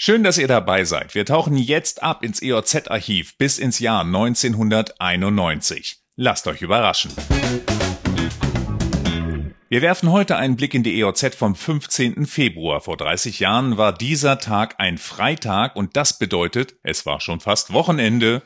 Schön, dass ihr dabei seid. Wir tauchen jetzt ab ins EOZ-Archiv bis ins Jahr 1991. Lasst euch überraschen. Wir werfen heute einen Blick in die EOZ vom 15. Februar. Vor 30 Jahren war dieser Tag ein Freitag und das bedeutet, es war schon fast Wochenende.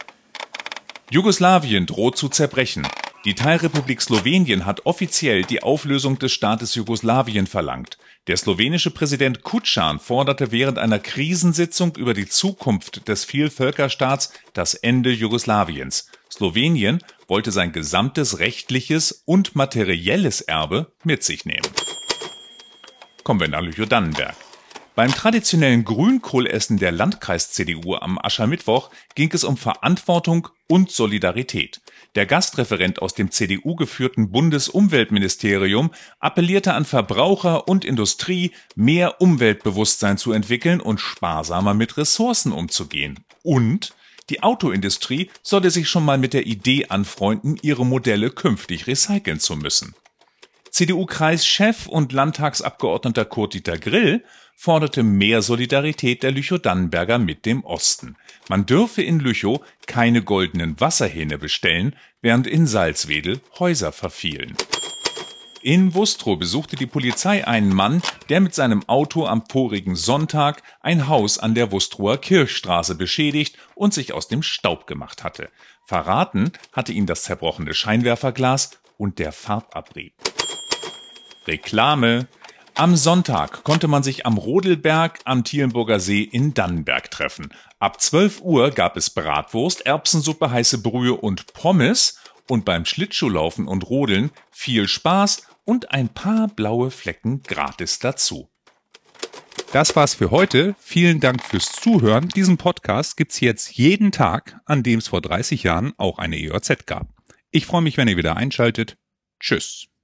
Jugoslawien droht zu zerbrechen. Die Teilrepublik Slowenien hat offiziell die Auflösung des Staates Jugoslawien verlangt. Der slowenische Präsident Kucan forderte während einer Krisensitzung über die Zukunft des Vielvölkerstaats das Ende Jugoslawiens. Slowenien wollte sein gesamtes rechtliches und materielles Erbe mit sich nehmen. Kommen wir nach Lüchow-Dannenberg. Beim traditionellen Grünkohlessen der Landkreis-CDU am Aschermittwoch ging es um Verantwortung und Solidarität. Der Gastreferent aus dem CDU-geführten Bundesumweltministerium appellierte an Verbraucher und Industrie, mehr Umweltbewusstsein zu entwickeln und sparsamer mit Ressourcen umzugehen. Und die Autoindustrie solle sich schon mal mit der Idee anfreunden, ihre Modelle künftig recyceln zu müssen. CDU-Kreischef und Landtagsabgeordneter Kurt-Dieter Grill forderte mehr Solidarität der Lüchow-Dannenberger mit dem Osten. Man dürfe in Lüchow keine goldenen Wasserhähne bestellen, während in Salzwedel Häuser verfielen. In Wustrow besuchte die Polizei einen Mann, der mit seinem Auto am vorigen Sonntag ein Haus an der Wustrower Kirchstraße beschädigt und sich aus dem Staub gemacht hatte. Verraten hatte ihn das zerbrochene Scheinwerferglas und der Farbabrieb. Reklame. Am Sonntag konnte man sich am Rodelberg am Thielenburger See in Dannenberg treffen. Ab 12 Uhr gab es Bratwurst, Erbsensuppe, heiße Brühe und Pommes und beim Schlittschuhlaufen und Rodeln viel Spaß und ein paar blaue Flecken gratis dazu. Das war's für heute. Vielen Dank fürs Zuhören. Diesen Podcast gibt's jetzt jeden Tag, an dem es vor 30 Jahren auch eine EOZ gab. Ich freue mich, wenn ihr wieder einschaltet. Tschüss.